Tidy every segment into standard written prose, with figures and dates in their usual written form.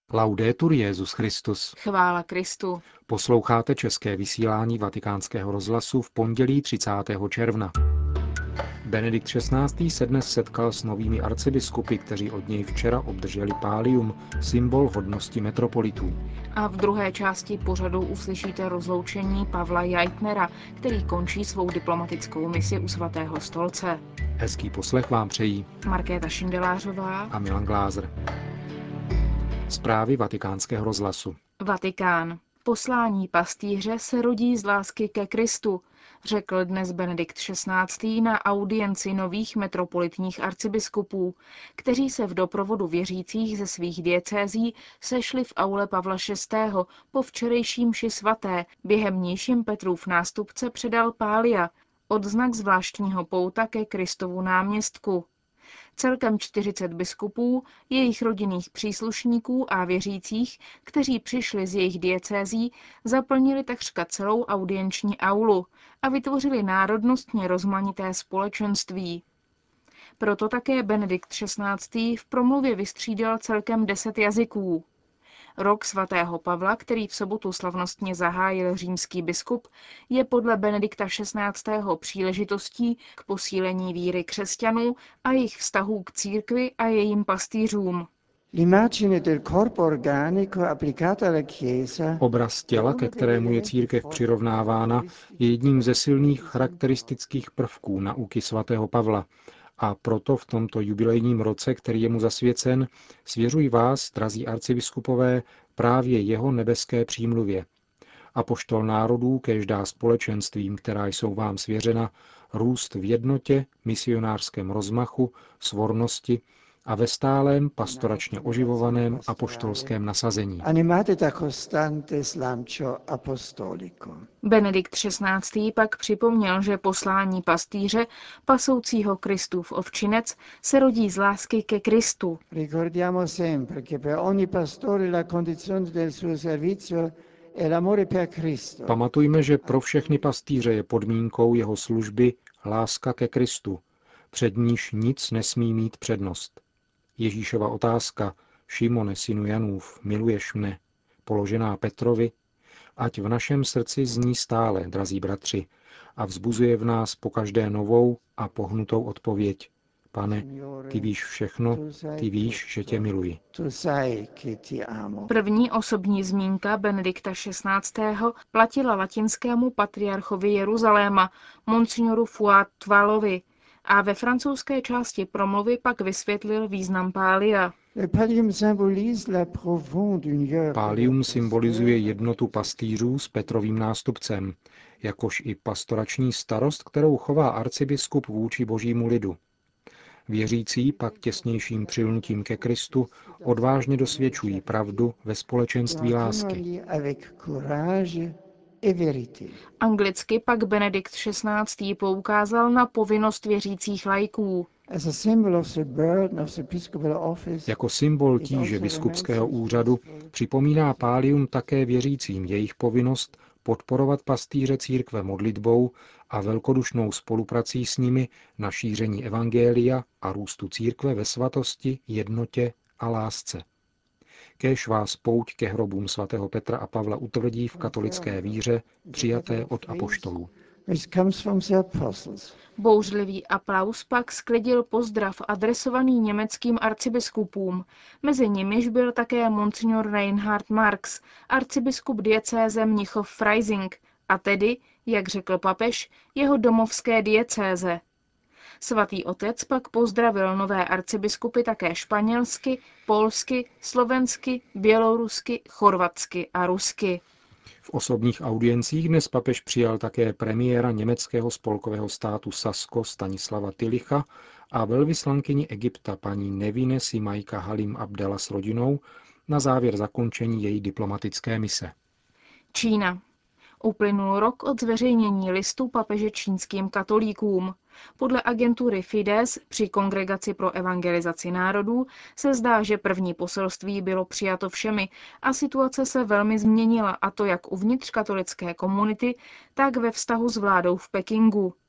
Laudetur Jesus Christus. Chvála Kristu. Posloucháte české vysílání Vatikánského rozhlasu v pondělí 30. června. Benedikt XVI. Se dnes setkal s novými arcibiskupy, kteří od něj včera obdrželi pálium, symbol hodnosti metropolitů. A v druhé části pořadu uslyšíte rozloučení Pavla Jaitnera, který končí svou diplomatickou misi u Svatého stolce. Hezký poslech vám přejí Markéta Šindelářová a Milan Glázer. Zprávy Vatikánského rozhlasu. Vatikán. Poslání pastýře se rodí z lásky ke Kristu, řekl dnes Benedikt XVI. Na audienci nových metropolitních arcibiskupů, kteří se v doprovodu věřících ze svých diecézí sešli v aule Pavla VI. Po včerejším mši svaté, během níž jim Petrův nástupce předal pália, odznak zvláštního pouta ke Kristovu náměstku. Celkem 40 biskupů, jejich rodinných příslušníků a věřících, kteří přišli z jejich diecézí, zaplnili takřka celou audienční aulu a vytvořili národnostně rozmanité společenství. Proto také Benedikt XVI. V promluvě vystřídal celkem 10 jazyků. Rok svatého Pavla, který v sobotu slavnostně zahájil římský biskup, je podle Benedikta XVI. Příležitostí k posílení víry křesťanů a jejich vztahů k církvi a jejím pastýřům. Obraz těla, ke kterému je církev přirovnávána, je jedním ze silných charakteristických prvků nauky svatého Pavla. A proto v tomto jubilejním roce, který je mu zasvěcen, svěřuji vás, drazí arcibiskupové, právě jeho nebeské přímluvě. Apoštol národů kéž dá společenstvím, která jsou vám svěřena, růst v jednotě, misionářském rozmachu, svornosti a ve stálém pastoračně oživovaném apoštolském nasazení. Benedikt XVI. Pak připomněl, že poslání pastýře, pasoucího Kristův ovčinec, se rodí z lásky ke Kristu. Pamatujme, že pro všechny pastýře je podmínkou jeho služby láska ke Kristu, před níž nic nesmí mít přednost. Ježíšova otázka, Šimone, synu Janův, miluješ mne, položená Petrovi, ať v našem srdci zní stále, drazí bratři, a vzbuzuje v nás pokaždé novou a pohnutou odpověď. Pane, ty víš všechno, ty víš, že tě miluji. První osobní zmínka Benedikta XVI. Platila latinskému patriarchovi Jeruzaléma, monsignoru Fuat-Twalovi, a ve francouzské části promluvy pak vysvětlil význam pália. Pálium symbolizuje jednotu pastýřů s Petrovým nástupcem, jakož i pastorační starost, kterou chová arcibiskup vůči božímu lidu. Věřící pak těsnějším přilnutím ke Kristu odvážně dosvědčují pravdu ve společenství lásky. Anglicky pak Benedikt XVI. Poukázal na povinnost věřících laiků. Jako symbol tíže biskupského úřadu připomíná pálium také věřícím jejich povinnost podporovat pastýře církve modlitbou a velkodušnou spoluprací s nimi na šíření evangelia a růstu církve ve svatosti, jednotě a lásce. Kéž vás pouť ke hrobům svatého Petra a Pavla utvrdí v katolické víře, přijaté od apoštolů. Bouřlivý aplaus pak sklidil pozdrav adresovaný německým arcibiskupům. Mezi nimiž byl také monsignor Reinhard Marx, arcibiskup diecéze Mnichov-Freising, a tedy, jak řekl papež, jeho domovské diecéze. Svatý otec pak pozdravil nové arcibiskupy také španělsky, polsky, slovensky, bělorusky, chorvatsky a rusky. V osobních audiencích dnes papež přijal také premiéra německého spolkového státu Sasko Stanislava Tilicha a velvyslankyni Egypta paní Nevine Simaika Halim Abdela s rodinou na závěr zakončení její diplomatické mise. Čína. Uplynul rok od zveřejnění listu papeže čínským katolíkům. Podle agentury Fides při Kongregaci pro evangelizaci národů se zdá, že první poselství bylo přijato všemi a situace se velmi změnila, a to jak uvnitř katolické komunity, tak ve vztahu s vládou v Pekingu.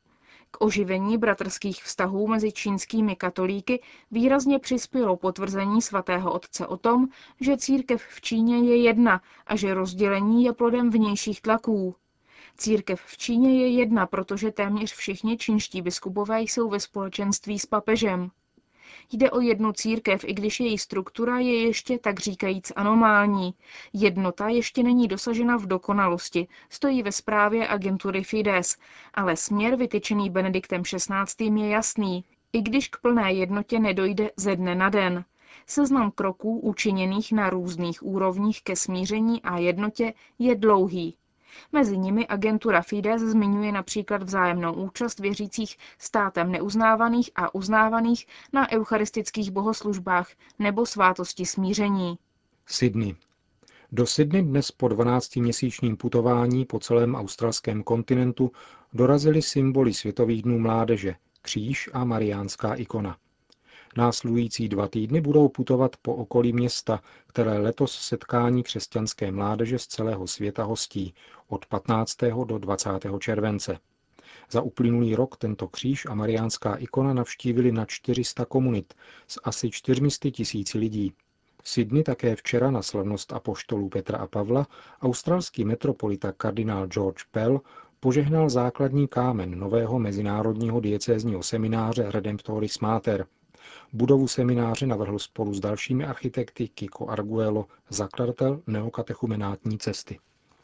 K oživení bratrských vztahů mezi čínskými katolíky výrazně přispělo potvrzení svatého otce o tom, že církev v Číně je jedna a že rozdělení je plodem vnějších tlaků. Církev v Číně je jedna, protože téměř všichni čínští biskupové jsou ve společenství s papežem. Jde o jednu církev, i když její struktura je ještě tak říkajíc anomální. Jednota ještě není dosažena v dokonalosti, stojí ve zprávě agentury Fides, ale směr vytyčený Benediktem XVI. Je jasný, i když k plné jednotě nedojde ze dne na den. Seznam kroků učiněných na různých úrovních ke smíření a jednotě je dlouhý. Mezi nimi agentura Fides zmiňuje například vzájemnou účast věřících státem neuznávaných a uznávaných na eucharistických bohoslužbách nebo svátosti smíření. Sydney. Do Sydney dnes po 12měsíčním putování po celém australském kontinentu dorazily symboly Světových dnů mládeže, kříž a mariánská ikona. Následující 2 týdny budou putovat po okolí města, které letos setkání křesťanské mládeže z celého světa hostí od 15. do 20. července. Za uplynulý rok tento kříž a mariánská ikona navštívili na 400 komunit s asi 400 000 lidí. V Sydney také včera na slavnost apoštolů Petra a Pavla australský metropolita kardinál George Pell požehnal základní kámen nového mezinárodního diecézního semináře Redemptoris Mater. Budovu semináře navrhl spolu s dalšími architekty Kiko Arguello, zakladatel neokatechumenátní cesty.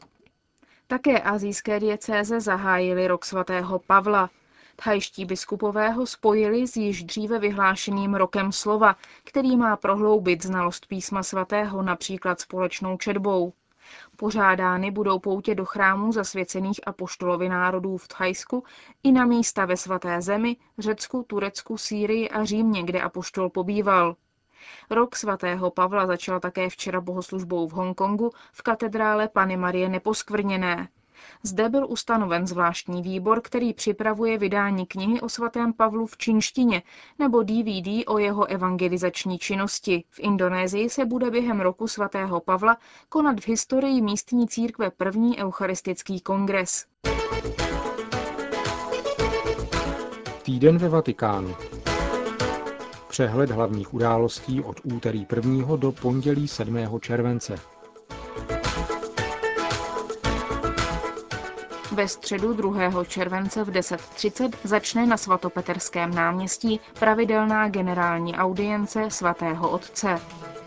Také asijské diecéze zahájily rok svatého Pavla. Thajští biskupové ho spojili s již dříve vyhlášeným rokem slova, který má prohloubit znalost písma svatého například společnou četbou. Pořádány budou poutě do chrámů zasvěcených apoštolovi národů v Thajsku i na místa ve svaté zemi, Řecku, Turecku, Sýrii a Římě, kde apoštol pobýval. Rok svatého Pavla začal také včera bohoslužbou v Hongkongu v katedrále Panny Marie Neposkvrněné. Zde byl ustanoven zvláštní výbor, který připravuje vydání knihy o svatém Pavlu v čínštině nebo DVD o jeho evangelizační činnosti. V Indonésii se bude během roku svatého Pavla konat v historii místní církve první eucharistický kongres. Týden ve Vatikánu. Přehled hlavních událostí od úterý 1. do pondělí 7. července. Ve středu 2. července v 10:30 začne na svatopeterském náměstí pravidelná generální audience svatého otce.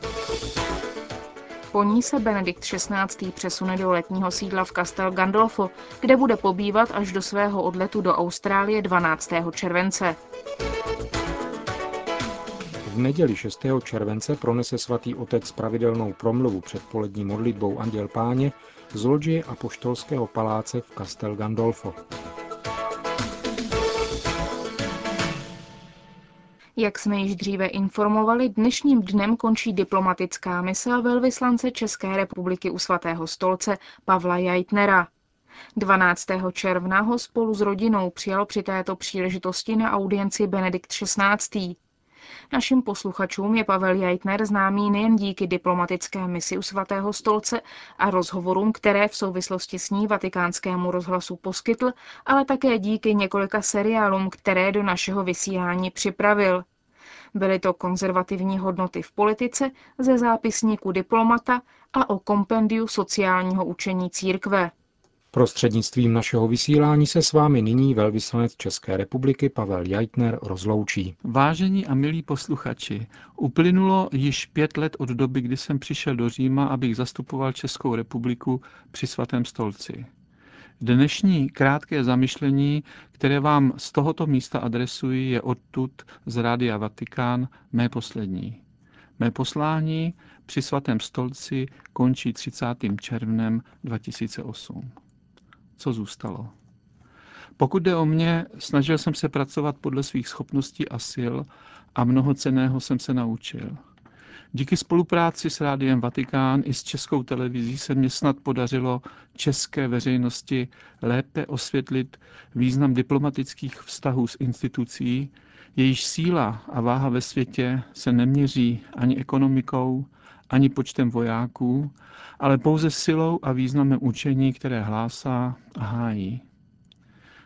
Po ní se Benedikt XVI. Přesune do letního sídla v Castel Gandolfo, kde bude pobývat až do svého odletu do Austrálie 12. července. V neděli 6. července pronese svatý otec pravidelnou promluvu před polední modlitbou Anděl Páně z lodži apoštolského paláce v Castel Gandolfo. Jak jsme již dříve informovali, dnešním dnem končí diplomatická mise velvyslance České republiky u Svatého stolce Pavla Jajtnera. 12. června ho spolu s rodinou přijal při této příležitosti na audienci Benedikt XVI. Našim posluchačům je Pavel Jajtner známý nejen díky diplomatické misi u Svatého stolce a rozhovorům, které v souvislosti s ní Vatikánskému rozhlasu poskytl, ale také díky několika seriálům, které do našeho vysílání připravil. Byly to konzervativní hodnoty v politice, ze zápisníku Diplomata a o kompendiu sociálního učení církve. Prostřednictvím našeho vysílání se s vámi nyní velvyslanec České republiky Pavel Jajtner rozloučí. Vážení a milí posluchači, uplynulo již 5 let od doby, kdy jsem přišel do Říma, abych zastupoval Českou republiku při Svatém stolci. Dnešní krátké zamyšlení, které vám z tohoto místa adresuji, je odtud z Rádia Vatikán mé poslední. Mé poslání při Svatém stolci končí 30. červnem 2008. Co zůstalo? Pokud jde o mě, snažil jsem se pracovat podle svých schopností a sil a mnoho cenného jsem se naučil. Díky spolupráci s Rádiem Vatikán i s Českou televizí se mě snad podařilo české veřejnosti lépe osvětlit význam diplomatických vztahů s institucí, jejíž síla a váha ve světě se neměří ani ekonomikou, ani počtem vojáků, ale pouze silou a významem učení, které hlásá a hájí.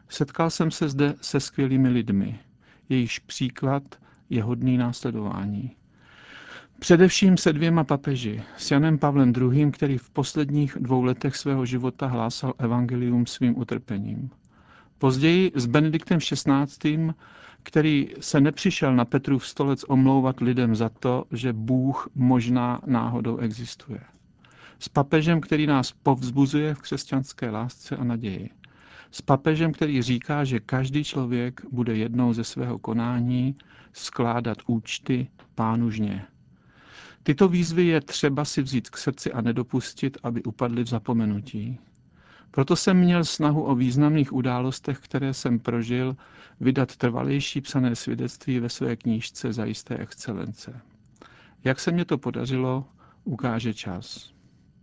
Setkal jsem se zde se skvělými lidmi. Jejichž příklad je hodný následování. Především se 2 papeži, s Janem Pavlem II., který v posledních 2 letech svého života hlásal evangelium svým utrpením. Později s Benediktem XVI., který se nepřišel na Petrův stolec omlouvat lidem za to, že Bůh možná náhodou existuje. S papežem, který nás povzbuzuje v křesťanské lásce a naději. S papežem, který říká, že každý člověk bude jednou ze svého konání skládat účty Pánu žně. Tyto výzvy je třeba si vzít k srdci a nedopustit, aby upadly v zapomenutí. Proto jsem měl snahu o významných událostech, které jsem prožil, vydat trvalejší psané svědectví ve své knížce Zajisté excelence. Jak se mě to podařilo, ukáže čas.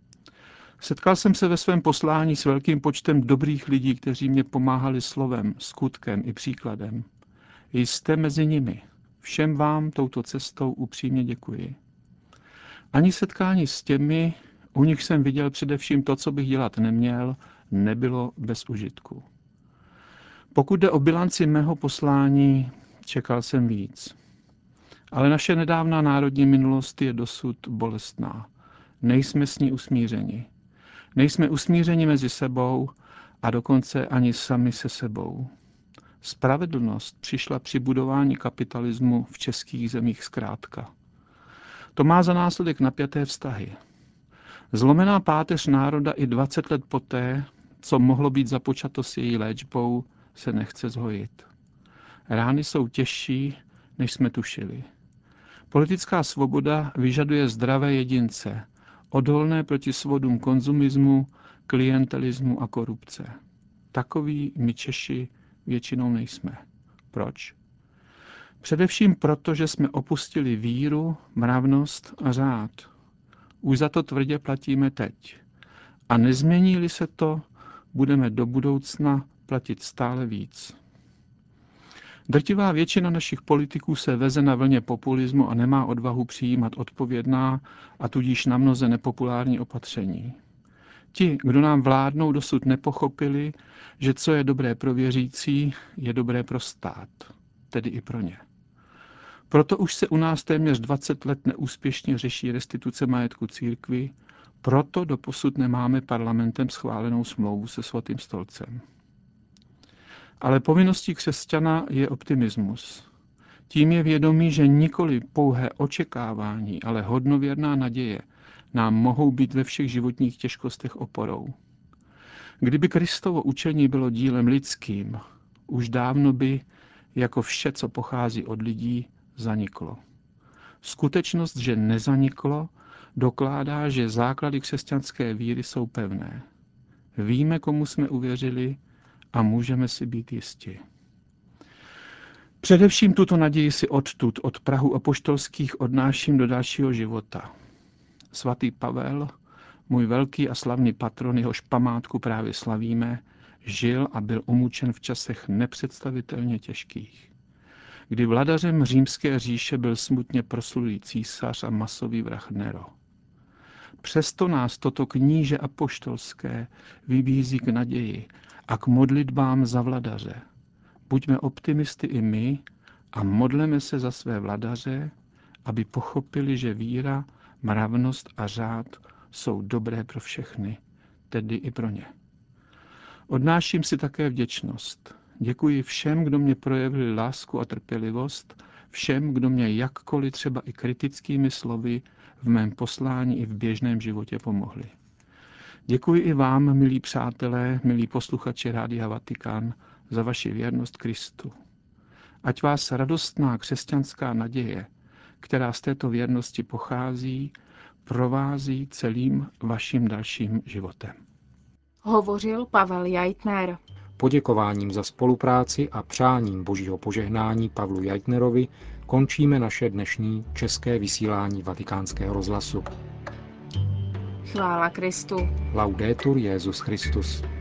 Setkal jsem se ve svém poslání s velkým počtem dobrých lidí, kteří mě pomáhali slovem, skutkem i příkladem. Jste mezi nimi. Všem vám touto cestou upřímně děkuji. Ani setkání s těmi, u nich jsem viděl především to, co bych dělat neměl, nebylo bez užitku. Pokud jde o bilanci mého poslání, čekal jsem víc. Ale naše nedávná národní minulost je dosud bolestná. Nejsme s ní usmířeni. Nejsme usmířeni mezi sebou a dokonce ani sami se sebou. Spravedlnost přišla při budování kapitalismu v českých zemích zkrátka. To má za následek napjaté vztahy. Zlomená páteř národa i 20 let poté, co mohlo být započato s její léčbou, se nechce zhojit. Rány jsou těžší, než jsme tušili. Politická svoboda vyžaduje zdravé jedince, odolné proti svodům konzumismu, klientelismu a korupce. Takoví my Češi většinou nejsme. Proč? Především proto, že jsme opustili víru, mravnost a řád. Už za to tvrdě platíme teď. A nezmění-li se to, budeme do budoucna platit stále víc. Drtivá většina našich politiků se veze na vlně populismu a nemá odvahu přijímat odpovědná a tudíž namnoze nepopulární opatření. Ti, kdo nám vládnou, dosud nepochopili, že co je dobré pro věřící, je dobré pro stát, tedy i pro ně. Proto už se u nás téměř 20 let neúspěšně řeší restituce majetku církvi, proto doposud nemáme parlamentem schválenou smlouvu se Svatým stolcem. Ale povinností křesťana je optimismus. Tím je vědomí, že nikoli pouhé očekávání, ale hodnověrná naděje nám mohou být ve všech životních těžkostech oporou. Kdyby Kristovo učení bylo dílem lidským, už dávno by, jako vše, co pochází od lidí, zaniklo. Skutečnost, že nezaniklo, dokládá, že základy křesťanské víry jsou pevné. Víme, komu jsme uvěřili a můžeme si být jisti. Především tuto naději si odtud, od prahu apoštolských, odnáším do dalšího života. Svatý Pavel, můj velký a slavný patron, jehož památku právě slavíme, žil a byl umučen v časech nepředstavitelně těžkých, kdy vladařem římské říše byl smutně proslulý císař a masový vrah Nero. Přesto nás toto kníže apoštolské vybízí k naději a k modlitbám za vladaře. Buďme optimisty i my a modleme se za své vladaře, aby pochopili, že víra, mravnost a řád jsou dobré pro všechny, tedy i pro ně. Odnáším si také vděčnost. Děkuji všem, kdo mě projevili lásku a trpělivost, všem, kdo mě jakkoliv třeba i kritickými slovy v mém poslání i v běžném životě pomohli. Děkuji i vám, milí přátelé, milí posluchači Rádia Vatikán, za vaši věrnost Kristu. Ať vás radostná křesťanská naděje, která z této věrnosti pochází, provází celým vaším dalším životem. Hovořil Pavel Jajtner. Poděkováním za spolupráci a přáním Božího požehnání Pavlu Jajtnerovi končíme naše dnešní české vysílání Vatikánského rozhlasu. Chvála Kristu. Laudetur Jesus Christus.